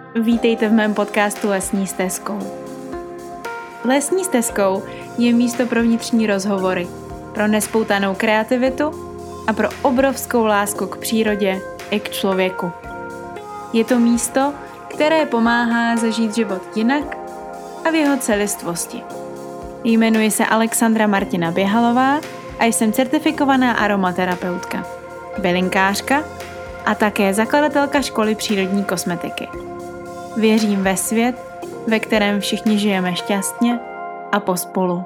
Vítejte v mém podcastu Lesní stezkou. Lesní stezkou je místo pro vnitřní rozhovory, pro nespoutanou kreativitu a pro obrovskou lásku k přírodě i k člověku. Je to místo, které pomáhá zažít život jinak a v jeho celistvosti. Jmenuji se Alexandra Martina Běhalová a jsem certifikovaná aromaterapeutka, bylinkářka a také zakladatelka školy přírodní kosmetiky. Věřím ve svět, ve kterém všichni žijeme šťastně a pospolu.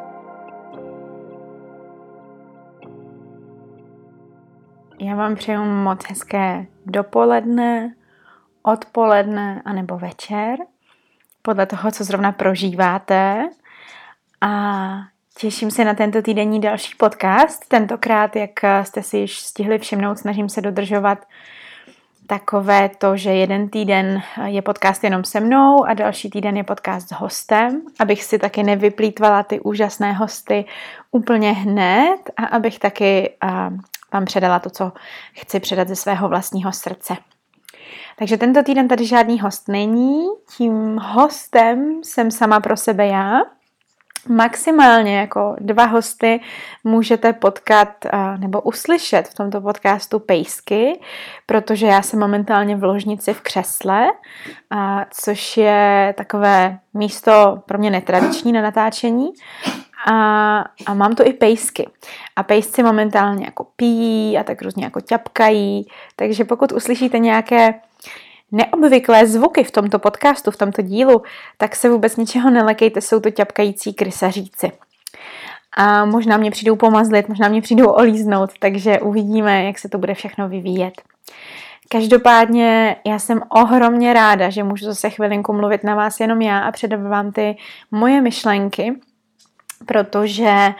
Já vám přeju moc hezké dopoledne, odpoledne anebo večer, podle toho, co zrovna prožíváte. A těším se na tento týdenní další podcast. Tentokrát, jak jste si již stihli všimnout, snažím se dodržovat takové to, že jeden týden je podcast jenom se mnou a další týden je podcast s hostem, abych si taky nevyplýtvala ty úžasné hosty úplně hned a abych taky vám předala to, co chci předat ze svého vlastního srdce. Takže tento týden tady žádný host není, tím hostem jsem sama pro sebe já. Maximálně jako 2 hosty můžete potkat nebo uslyšet v tomto podcastu pejsky, protože já jsem momentálně v ložnici v křesle, což je takové místo pro mě netradiční na natáčení. A mám tu i pejsky. A pejsci momentálně jako pijí a tak různě jako ťapkají. Takže pokud uslyšíte nějaké neobvyklé zvuky v tomto podcastu, v tomto dílu, tak se vůbec ničeho nelekejte, jsou to ťapkající krysaříci. A možná mě přijdou pomazlit, možná mě přijdou olíznout, takže uvidíme, jak se to bude všechno vyvíjet. Každopádně já jsem ohromně ráda, že můžu zase chvilinku mluvit na vás jenom já a předat vám ty moje myšlenky, protože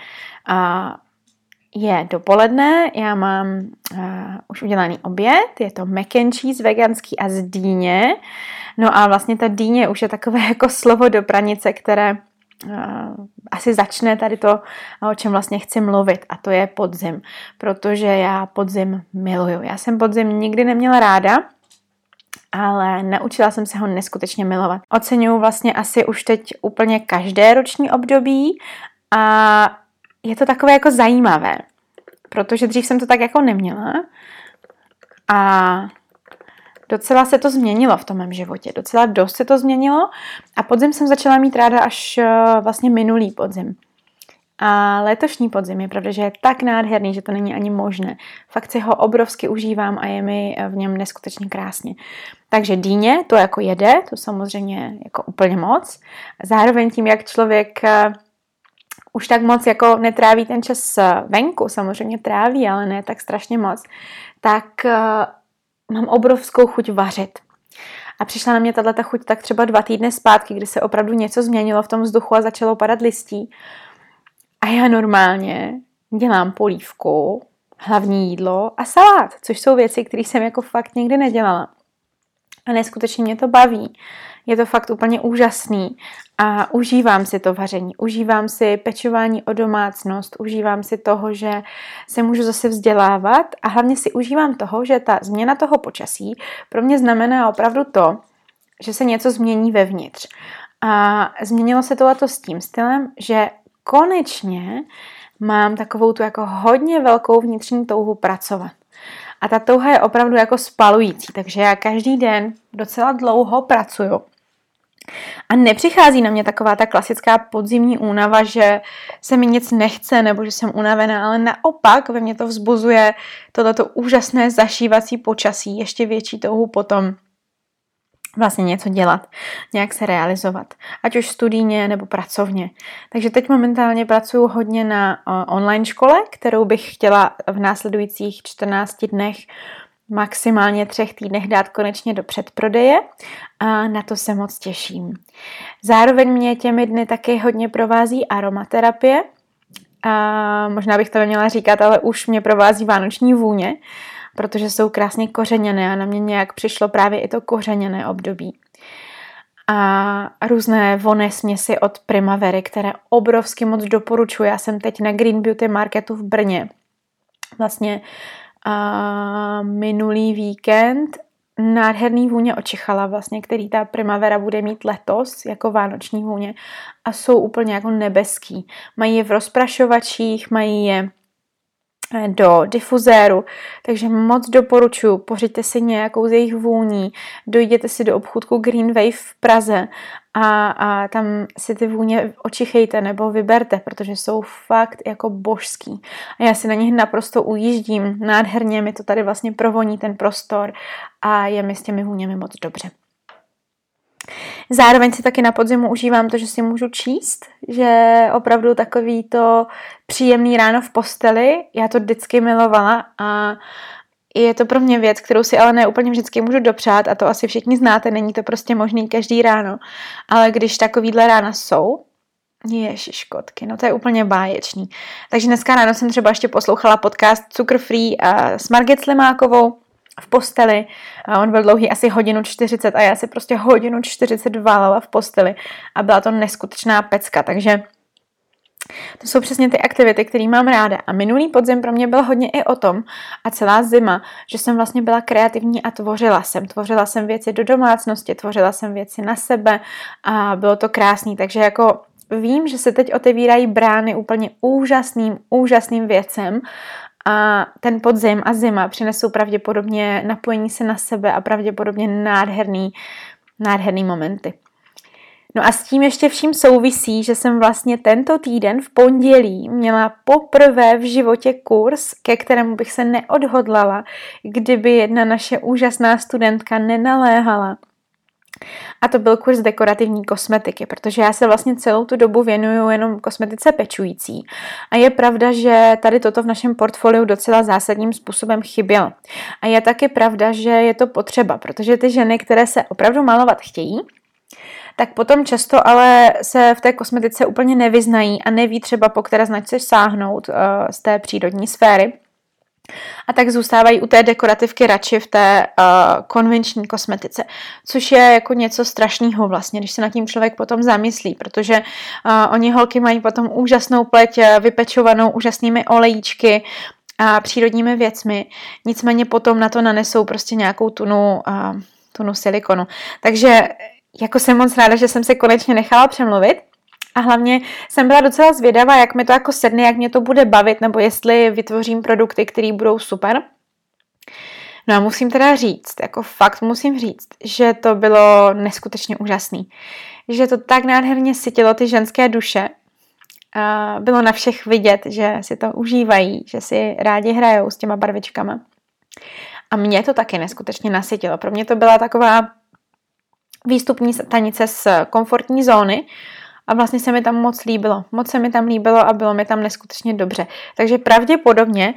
je dopoledne, já mám už udělaný oběd, je to mac and cheese veganský a z dýně. No a vlastně ta dýně už je takové jako slovo do pranice, které asi začne tady to, o čem vlastně chci mluvit, a to je podzim, protože já podzim miluju. Já jsem podzim nikdy neměla ráda, ale naučila jsem se ho neskutečně milovat. Oceňuju vlastně asi už teď úplně každé roční období a je to takové jako zajímavé, protože dřív jsem to tak jako neměla a docela se to změnilo v tom mém životě, docela dost se to změnilo a podzim jsem začala mít ráda až vlastně minulý podzim. A letošní podzim je pravda, že je tak nádherný, že to není ani možné. Fakt si ho obrovsky užívám a je mi v něm neskutečně krásně. Takže dýně, to jako jede, to samozřejmě jako úplně moc. Zároveň tím, jak člověk už tak moc jako netráví ten čas venku, samozřejmě tráví, ale ne tak strašně moc, tak mám obrovskou chuť vařit. A přišla na mě tato chuť tak třeba 2 týdny zpátky, kdy se opravdu něco změnilo v tom vzduchu a začalo padat listí. A já normálně dělám polívku, hlavní jídlo a salát, což jsou věci, které jsem jako fakt nikdy nedělala. A neskutečně mě to baví. Je to fakt úplně úžasný a užívám si to vaření, užívám si pečování o domácnost, užívám si toho, že se můžu zase vzdělávat a hlavně si užívám toho, že ta změna toho počasí pro mě znamená opravdu to, že se něco změní vevnitř. A změnilo se to letos tím stylem, že konečně mám takovou tu jako hodně velkou vnitřní touhu pracovat. A ta touha je opravdu jako spalující, takže já každý den docela dlouho pracuju. A nepřichází na mě taková ta klasická podzimní únava, že se mi nic nechce nebo že jsem unavená, ale naopak ve mně to vzbuzuje tohleto úžasné zašívací počasí, ještě větší touhu potom vlastně něco dělat, nějak se realizovat, ať už studijně nebo pracovně. Takže teď momentálně pracuji hodně na online škole, kterou bych chtěla v následujících 14 dnech, maximálně 3 týdnech dát konečně do předprodeje a na to se moc těším. Zároveň mě těmi dny taky hodně provází aromaterapie a možná bych to neměla říkat, ale už mě provází vánoční vůně, protože jsou krásně kořeněné a na mě nějak přišlo právě i to kořeněné období. A různé vonné směsi od Primavery, které obrovsky moc doporučuji. Já jsem teď na Green Beauty Marketu v Brně. Vlastně minulý víkend nádherný vůně očichala vlastně, který ta Primavera bude mít letos jako vánoční vůně a jsou úplně jako nebeský. Mají je v rozprašovačích, mají je do difuzéru, takže moc doporučuji, pořiďte si nějakou z jejich vůní, dojděte si do obchůdku Green Wave v Praze a tam si ty vůně očichejte nebo vyberte, protože jsou fakt jako božský. A já si na nich naprosto ujíždím, nádherně mi to tady vlastně provoní ten prostor a je mi s těmi vůněmi moc dobře. Zároveň si taky na podzimu užívám to, že si můžu číst, že opravdu takový to příjemný ráno v posteli, já to vždycky milovala a je to pro mě věc, kterou si ale ne úplně vždycky můžu dopřát a to asi všichni znáte, není to prostě možný každý ráno, ale když takovýhle rána jsou, ježiškotky, no to je úplně báječný. Takže dneska ráno jsem třeba ještě poslouchala podcast Cukr Free s Margit Slimákovou v posteli. A on byl dlouhý asi 1:40 a já si prostě 1:40 válela v posteli a byla to neskutečná pecka, takže to jsou přesně ty aktivity, které mám ráda. A minulý podzim pro mě byl hodně i o tom a celá zima, že jsem vlastně byla kreativní a tvořila jsem věci do domácnosti, tvořila jsem věci na sebe a bylo to krásný, takže jako vím, že se teď otevírají brány úplně úžasným věcem a ten podzim a zima přinesou pravděpodobně napojení se na sebe a pravděpodobně nádherný momenty. No a s tím ještě vším souvisí, že jsem vlastně tento týden v pondělí měla poprvé v životě kurz, ke kterému bych se neodhodlala, kdyby jedna naše úžasná studentka nenaléhala. A to byl kurz dekorativní kosmetiky, protože já se vlastně celou tu dobu věnuju jenom kosmetice pečující. A je pravda, že tady toto v našem portfoliu docela zásadním způsobem chybělo. A je taky pravda, že je to potřeba, protože ty ženy, které se opravdu malovat chtějí, tak potom často ale se v té kosmetice úplně nevyznají a neví třeba, po které značce sáhnout z té přírodní sféry. A tak zůstávají u té dekorativky radši v té konvenční kosmetice, což je jako něco strašného vlastně, když se nad tím člověk potom zamyslí, protože oni holky mají potom úžasnou pleť vypečovanou úžasnými olejíčky a přírodními věcmi, nicméně potom na to nanesou prostě nějakou tunu silikonu. Takže jako jsem moc ráda, že jsem se konečně nechala přemluvit. A hlavně jsem byla docela zvědavá, jak mi to jako sedne, jak mě to bude bavit, nebo jestli vytvořím produkty, které budou super. No a musím teda říct, jako fakt musím říct, že to bylo neskutečně úžasný. Že to tak nádherně sytilo ty ženské duše. A bylo na všech vidět, že si to užívají, že si rádi hrajou s těma barvičkama. A mě to taky neskutečně nasytilo. Pro mě to byla taková výstupní stanice z komfortní zóny, a vlastně se mi tam moc líbilo. Moc se mi tam líbilo a bylo mi tam neskutečně dobře. Takže pravděpodobně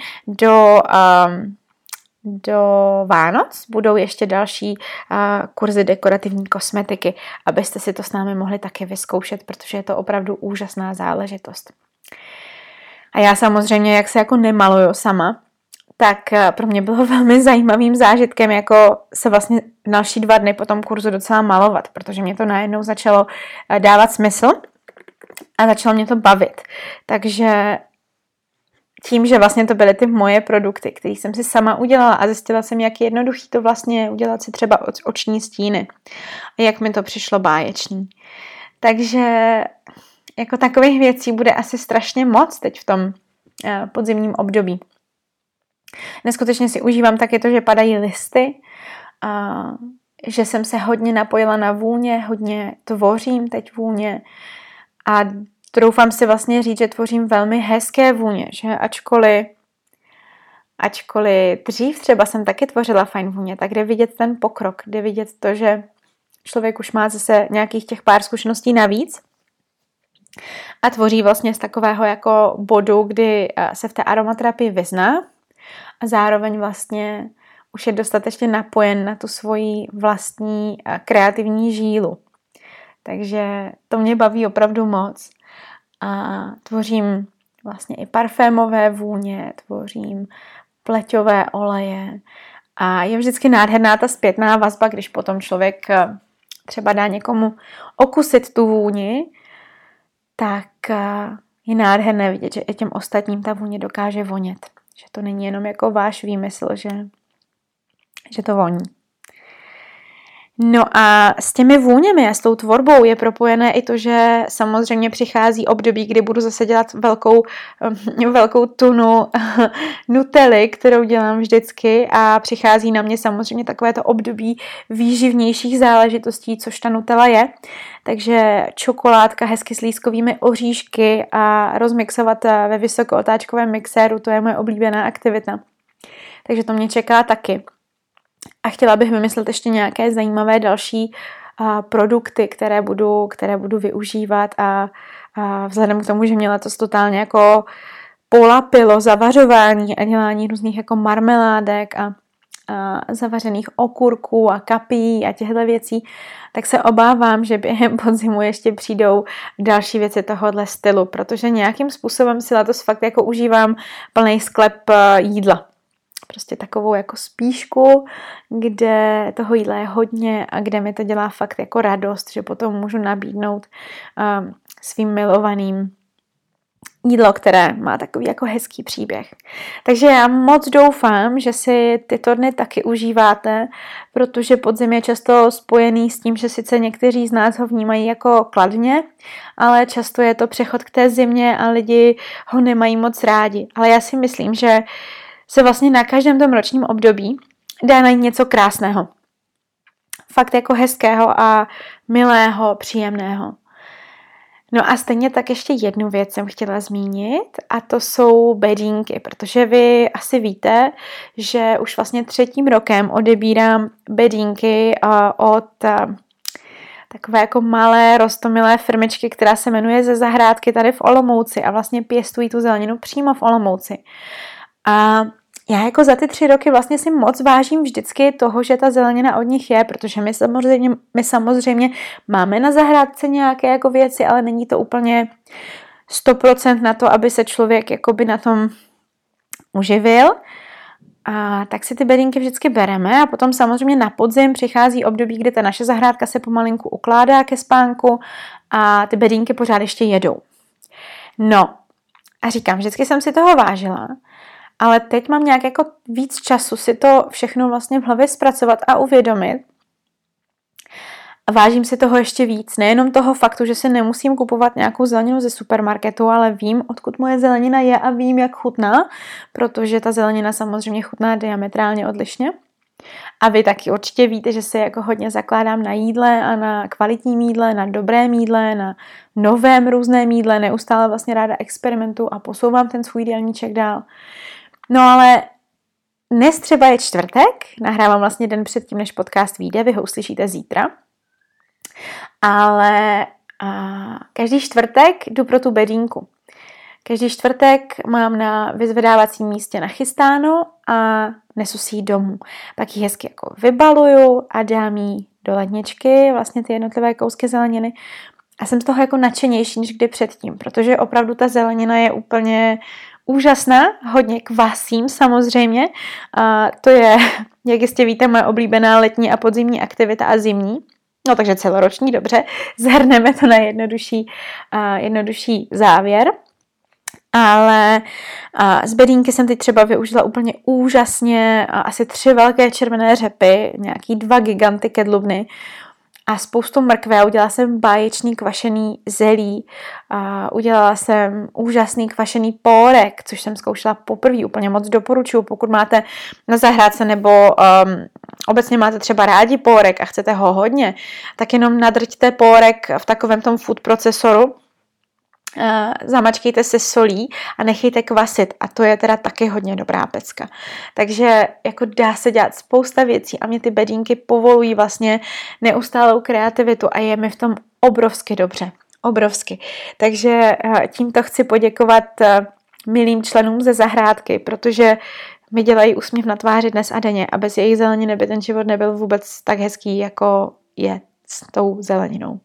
do Vánoc budou ještě další kurzy dekorativní kosmetiky, abyste si to s námi mohli taky vyzkoušet, protože je to opravdu úžasná záležitost. A já samozřejmě, jak se jako nemaluju sama, tak pro mě bylo velmi zajímavým zážitkem jako se vlastně další 2 dny po tom kurzu docela malovat, protože mě to najednou začalo dávat smysl a začalo mě to bavit. Takže tím, že vlastně to byly ty moje produkty, které jsem si sama udělala a zjistila jsem, jak je jednoduchý to vlastně udělat si třeba oční stíny a jak mi to přišlo báječný. Takže jako takových věcí bude asi strašně moc teď v tom podzimním období. Neskutečně si užívám taky to, že padají listy, že jsem se hodně napojila na vůně, hodně tvořím teď vůně a doufám si vlastně říct, že tvořím velmi hezké vůně, že ačkoliv dřív třeba jsem taky tvořila fajn vůně, tak jde vidět ten pokrok, jde vidět to, že člověk už má zase nějakých těch pár zkušeností navíc a tvoří vlastně z takového jako bodu, kdy se v té aromaterapii vyzná a zároveň vlastně už je dostatečně napojen na tu svoji vlastní kreativní žílu. Takže to mě baví opravdu moc. A tvořím vlastně i parfémové vůně, tvořím pleťové oleje. A je vždycky nádherná ta zpětná vazba, když potom člověk třeba dá někomu okusit tu vůni, tak je nádherné vidět, že i těm ostatním ta vůně dokáže vonět. Že to není jenom jako váš výmysl, že to voní. No a s těmi vůněmi a s tou tvorbou je propojené i to, že samozřejmě přichází období, kdy budu zase dělat velkou tunu nutelly, kterou dělám vždycky, a přichází na mě samozřejmě takovéto období výživnějších záležitostí, což ta nutella je. Takže čokoládka hezky s lískovými oříšky a rozmixovat ve vysokootáčkovém mixéru, to je moje oblíbená aktivita. Takže to mě čeká taky. A chtěla bych vymyslet ještě nějaké zajímavé další produkty, které budu využívat a vzhledem k tomu, že mě letos totálně jako polapilo zavařování a dělání různých jako marmeládek a zavařených okurků a kapí a těchto věcí, tak se obávám, že během podzimu ještě přijdou další věci tohohle stylu, protože nějakým způsobem si letos fakt jako užívám plný sklep jídla. Prostě takovou jako spíšku, kde toho jídla je hodně a kde mi to dělá fakt jako radost, že potom můžu nabídnout svým milovaným jídlo, které má takový jako hezký příběh. Takže já moc doufám, že si tyto dny taky užíváte, protože podzim je často spojený s tím, že sice někteří z nás ho vnímají jako kladně, ale často je to přechod k té zimě a lidi ho nemají moc rádi. Ale já si myslím, že se vlastně na každém tom ročním období dá najít něco krásného. Fakt jako hezkého a milého, příjemného. No a stejně tak ještě jednu věc jsem chtěla zmínit a to jsou bedínky, protože vy asi víte, že už vlastně 3. rokem odebírám bedínky od takové jako malé rostomilé firmičky, která se jmenuje Ze zahrádky tady v Olomouci a vlastně pěstují tu zeleninu přímo v Olomouci. A já jako za ty 3 roky vlastně si moc vážím vždycky toho, že ta zelenina od nich je, protože my samozřejmě máme na zahrádce nějaké jako věci, ale není to úplně 100% na to, aby se člověk jakoby na tom uživil. A tak si ty bedínky vždycky bereme a potom samozřejmě na podzim přichází období, kdy ta naše zahrádka se pomalinku ukládá ke spánku a ty bedínky pořád ještě jedou. No a říkám, vždycky jsem si toho vážila, ale teď mám nějak jako víc času si to všechno vlastně v hlavě zpracovat a uvědomit. A vážím si toho ještě víc. Nejenom toho faktu, že si nemusím kupovat nějakou zeleninu ze supermarketu, ale vím, odkud moje zelenina je a vím, jak chutná, protože ta zelenina samozřejmě chutná diametrálně odlišně. A vy taky určitě víte, že se jako hodně zakládám na jídle a na kvalitním jídle, na dobrém jídle, na novém různém jídle. Neustále vlastně ráda experimentuju a posouvám ten svůj jídelníček dál. No ale dnes třeba je čtvrtek, nahrávám vlastně den předtím, než podcast vyjde, vy ho uslyšíte zítra. Ale každý čtvrtek jdu pro tu bedínku. Každý čtvrtek mám na vyzvedávacím místě nachystáno a nesu si ji domů. Pak ji hezky jako vybaluju a dám ji do ledničky, vlastně ty jednotlivé kousky zeleniny. A jsem z toho jako nadšenější než kdy předtím, protože opravdu ta zelenina je úplně úžasná, hodně kvasím samozřejmě. A to je, jak jistě víte, moje oblíbená letní a podzimní aktivita a zimní. No takže celoroční, dobře, zhrneme to na jednodušší závěr. Ale z bedínky jsem teď třeba využila úplně úžasně asi 3 velké červené řepy, nějaký 2 giganty kedlubny a spoustu mrkve. Udělala jsem báječný kvašený zelí, udělala jsem úžasný kvašený pórek, což jsem zkoušela poprvé, úplně moc doporučuji, pokud máte na zahrádce nebo obecně máte třeba rádi pórek a chcete ho hodně, tak jenom nadrťte pórek v takovém tom food procesoru, zamačkejte se solí a nechejte kvasit a to je teda taky hodně dobrá pecka. Takže jako dá se dělat spousta věcí a mě ty bedínky povolují vlastně neustálou kreativitu a je mi v tom obrovsky dobře. Obrovsky. Takže tímto chci poděkovat milým členům ze zahrádky, protože mi dělají úsměv na tváři dnes a denně a bez jejich zeleniny by ten život nebyl vůbec tak hezký, jako je s tou zeleninou.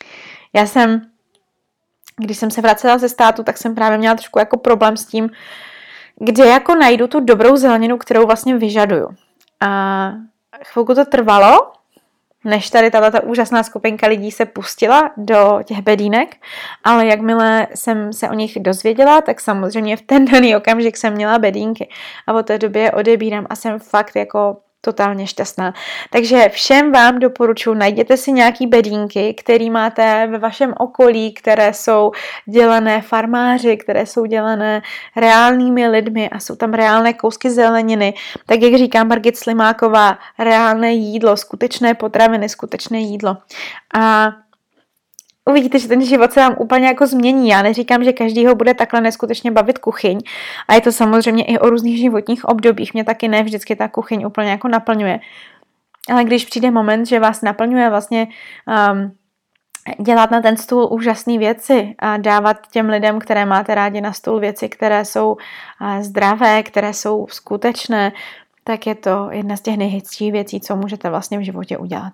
Když jsem se vracela ze státu, tak jsem právě měla trošku jako problém s tím, kde jako najdu tu dobrou zeleninu, kterou vlastně vyžaduju. A chvilku to trvalo, než tady tato úžasná skupinka lidí se pustila do těch bedínek, ale jakmile jsem se o nich dozvěděla, tak samozřejmě v ten daný okamžik jsem měla bedínky. A od té doby je odebírám a jsem fakt jako totálně šťastná. Takže všem vám doporučuji, najděte si nějaký bedínky, který máte ve vašem okolí, které jsou dělané farmáři, které jsou dělané reálnými lidmi a jsou tam reálné kousky zeleniny. Tak jak říká Margit Slimáková, reálné jídlo, skutečné potraviny, skutečné jídlo. A uvidíte, že ten život se vám úplně jako změní. Já neříkám, že každýho bude takhle neskutečně bavit kuchyň. A je to samozřejmě i o různých životních obdobích. Mě taky ne vždycky ta kuchyň úplně jako naplňuje. Ale když přijde moment, že vás naplňuje vlastně dělat na ten stůl úžasné věci a dávat těm lidem, které máte rádi na stůl, věci, které jsou zdravé, které jsou skutečné, tak je to jedna z těch nejhezčích věcí, co můžete vlastně v životě udělat.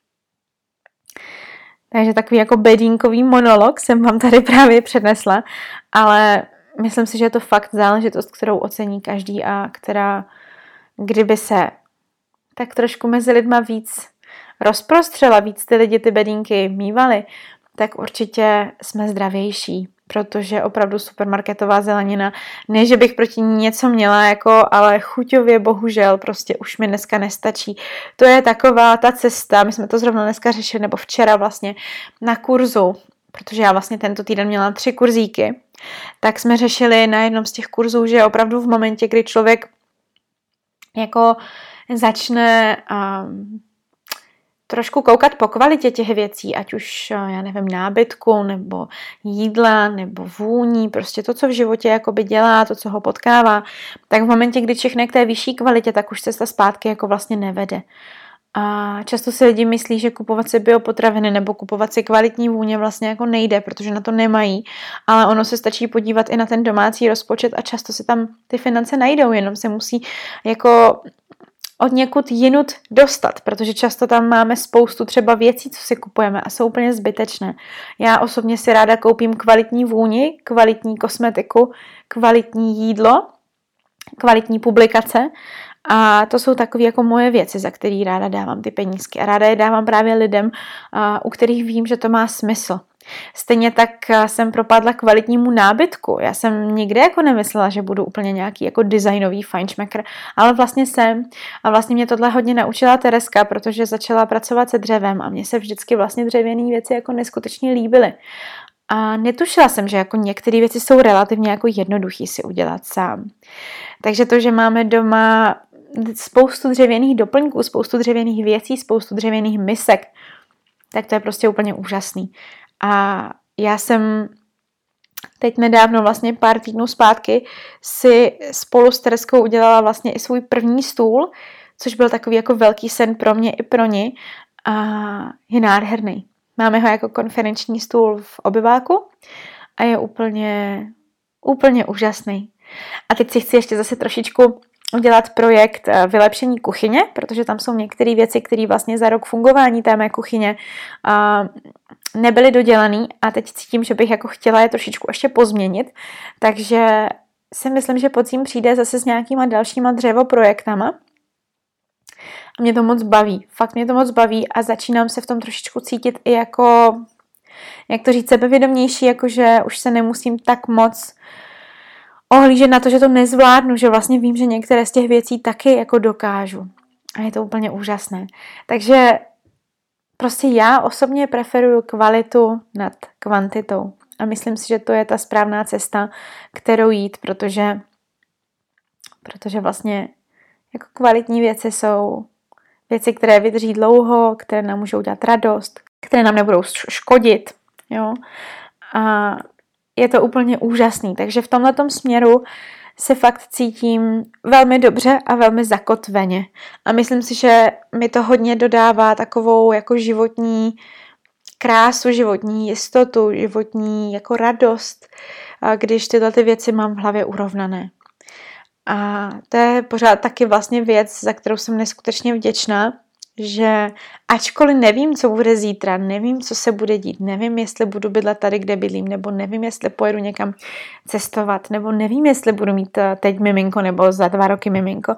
Takže takový jako bedínkový monolog jsem vám tady právě přednesla, ale myslím si, že je to fakt záležitost, kterou ocení každý a která, kdyby se tak trošku mezi lidma víc rozprostřela, víc ty lidi ty bedínky mívali, tak určitě jsme zdravější, protože opravdu supermarketová zelenina, ne, že bych proti ní něco měla, jako, ale chuťově bohužel prostě už mi dneska nestačí. To je taková ta cesta, my jsme to zrovna dneska řešili, nebo včera vlastně na kurzu, protože já vlastně tento týden měla 3 kurzíky, tak jsme řešili na jednom z těch kurzů, že opravdu v momentě, kdy člověk jako začne trošku koukat po kvalitě těch věcí, ať už, já nevím, nábytku, nebo jídla, nebo vůní, prostě to, co v životě jakoby dělá, to, co ho potkává, tak v momentě, kdy čichne k té vyšší kvalitě, tak už cesta zpátky jako vlastně nevede. A často si lidi myslí, že kupovat si biopotraviny nebo kupovat si kvalitní vůně vlastně jako nejde, protože na to nemají, ale ono se stačí podívat i na ten domácí rozpočet a často se tam ty finance najdou, jenom se musí jako od někud jinut dostat, protože často tam máme spoustu třeba věcí, co si kupujeme a jsou úplně zbytečné. Já osobně si ráda koupím kvalitní vůni, kvalitní kosmetiku, kvalitní jídlo, kvalitní publikace a to jsou takové jako moje věci, za které ráda dávám ty penízky a ráda je dávám právě lidem, u kterých vím, že to má smysl. Stejně tak jsem propadla kvalitnímu nábytku. Já jsem nikdy jako nemyslela, že budu úplně nějaký jako designový fajnšmekr, ale vlastně jsem. A vlastně mě tohle hodně naučila Tereska, protože začala pracovat se dřevem a mně se vždycky vlastně dřevěné věci jako neskutečně líbily. A netušila jsem, že jako některé věci jsou relativně jako jednoduchý si udělat sám. Takže to, že máme doma spoustu dřevěných doplňků, spoustu dřevěných věcí, spoustu dřevěných misek, tak to je prostě úplně úžasný. A já jsem teď nedávno, vlastně pár týdnů zpátky, si spolu s Tereskou udělala vlastně i svůj první stůl, což byl takový jako velký sen pro mě i pro ní a je nádherný. Máme ho jako konferenční stůl v obyváku a je úplně úžasný. A teď si chci ještě zase trošičku udělat projekt vylepšení kuchyně, protože tam jsou některé věci, které vlastně za rok fungování té mé kuchyně nebyly dodělaný a teď cítím, že bych jako chtěla je trošičku ještě pozměnit, takže si myslím, že podzim přijde zase s nějakýma dalšíma dřevoprojektama a mě to moc baví, fakt mě to moc baví a začínám se v tom trošičku cítit i jako, jak to říct, sebevědomější, jakože už se nemusím tak moc ohlížet na to, že to nezvládnu, že vlastně vím, že některé z těch věcí taky jako dokážu. A je to úplně úžasné. Takže prostě já osobně preferuju kvalitu nad kvantitou. A myslím si, že to je ta správná cesta, kterou jít, protože vlastně jako kvalitní věci jsou věci, které vydrží dlouho, které nám můžou dát radost, které nám nebudou škodit. Jo? A je to úplně úžasný. Takže v tomhletom směru se fakt cítím velmi dobře a velmi zakotveně. A myslím si, že mi to hodně dodává takovou jako životní krásu, životní jistotu, životní jako radost, když tyhle ty věci mám v hlavě urovnané. A to je pořád taky vlastně věc, za kterou jsem neskutečně vděčná, že ačkoliv nevím, co bude zítra, nevím, co se bude dít, nevím, jestli budu bydlet tady, kde bydlím, nebo nevím, jestli pojedu někam cestovat, nebo nevím, jestli budu mít teď miminko, nebo za 2 roky miminko,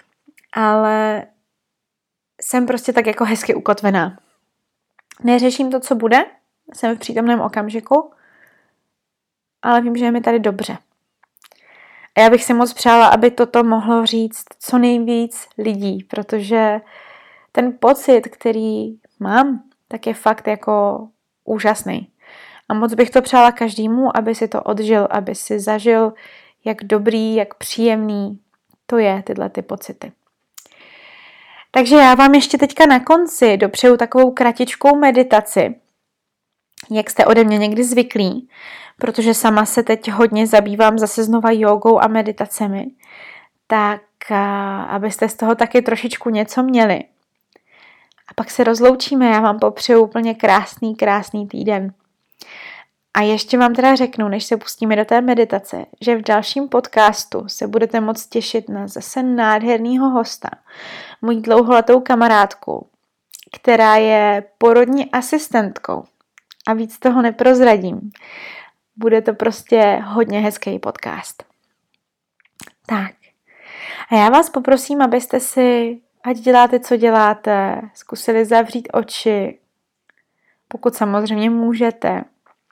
ale jsem prostě tak jako hezky ukotvená. Neřeším to, co bude, jsem v přítomném okamžiku, ale vím, že je mi tady dobře. A já bych si moc přála, aby toto mohlo říct co nejvíc lidí, protože ten pocit, který mám, tak je fakt jako úžasný. A moc bych to přála každému, aby si to odžil, aby si zažil, jak dobrý, jak příjemný to je, tyhle ty pocity. Takže já vám ještě teďka na konci dopřeju takovou kratičkou meditaci, jak jste ode mě někdy zvyklí, protože sama se teď hodně zabývám zase znova jogou a meditacemi, tak abyste z toho taky trošičku něco měli. A pak se rozloučíme, já vám popřeju úplně krásný týden. A ještě vám teda řeknu, než se pustíme do té meditace, že v dalším podcastu se budete moc těšit na zase nádhernýho hosta, mojí dlouholetou kamarádku, která je porodní asistentkou. A víc toho neprozradím. Bude to prostě hodně hezký podcast. Tak. A já vás poprosím, abyste si, ať děláte, co děláte, zkusili zavřít oči, pokud samozřejmě můžete.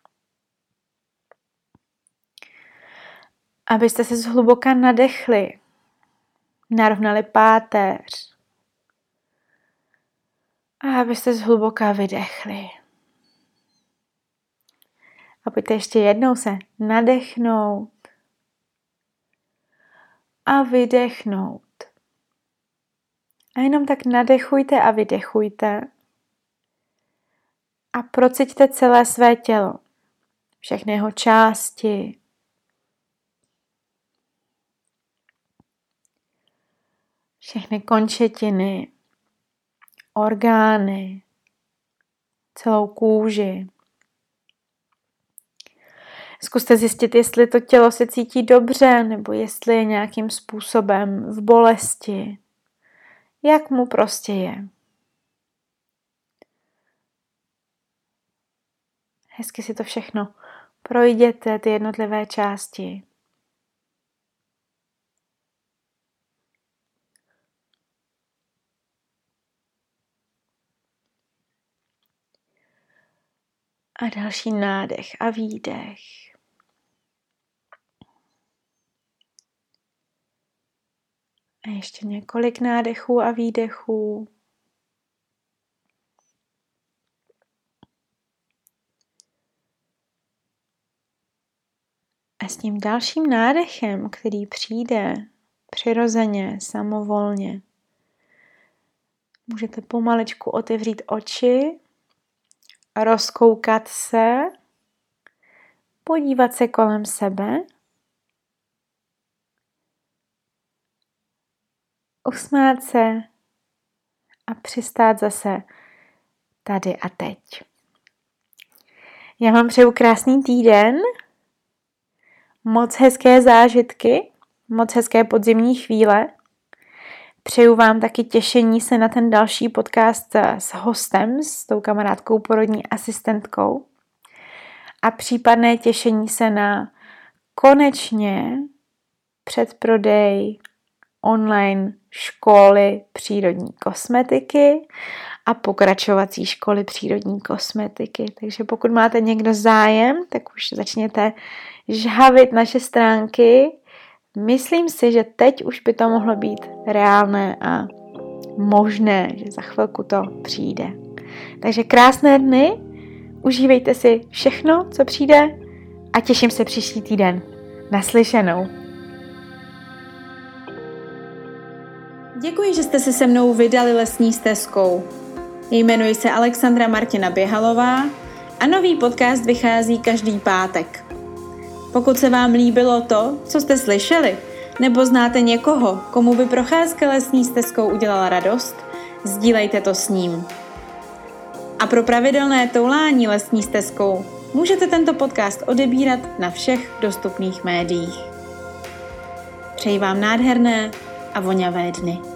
Abyste se zhluboka nadechli, narovnali páteř a abyste zhluboka vydechli. A pojďte ještě jednou se nadechnout a vydechnout. A jenom tak nadechujte a vydechujte a prociťte celé své tělo, všechny jeho části, všechny končetiny, orgány, celou kůži. Zkuste zjistit, jestli to tělo se cítí dobře, nebo jestli je nějakým způsobem v bolesti. Jak mu prostě je. Hezky si to všechno projděte, ty jednotlivé části. A další nádech a výdech. A ještě několik nádechů a výdechů. A s tím dalším nádechem, který přijde přirozeně, samovolně, můžete pomaličku otevřít oči, rozkoukat se, podívat se kolem sebe, usmát se a přistát zase tady a teď. Já vám přeju krásný týden, moc hezké zážitky, moc hezké podzimní chvíle. Přeju vám taky těšení se na ten další podcast s hostem, s tou kamarádkou porodní asistentkou. A případné těšení se na konečně předprodej online školy přírodní kosmetiky a pokračovací školy přírodní kosmetiky. Takže pokud máte někdo zájem, tak už začněte žhavit naše stránky. Myslím si, že teď už by to mohlo být reálné a možné, že za chvilku to přijde. Takže krásné dny, užívejte si všechno, co přijde a těším se příští týden. Naslyšenou. Děkuji, že jste se mnou vydali lesní stezkou. Jmenuji se Alexandra Martina Běhalová a nový podcast vychází každý pátek. Pokud se vám líbilo to, co jste slyšeli, nebo znáte někoho, komu by procházka lesní stezkou udělala radost, sdílejte to s ním. A pro pravidelné toulání lesní stezkou můžete tento podcast odebírat na všech dostupných médiích. Přeji vám nádherné a voňavé dny.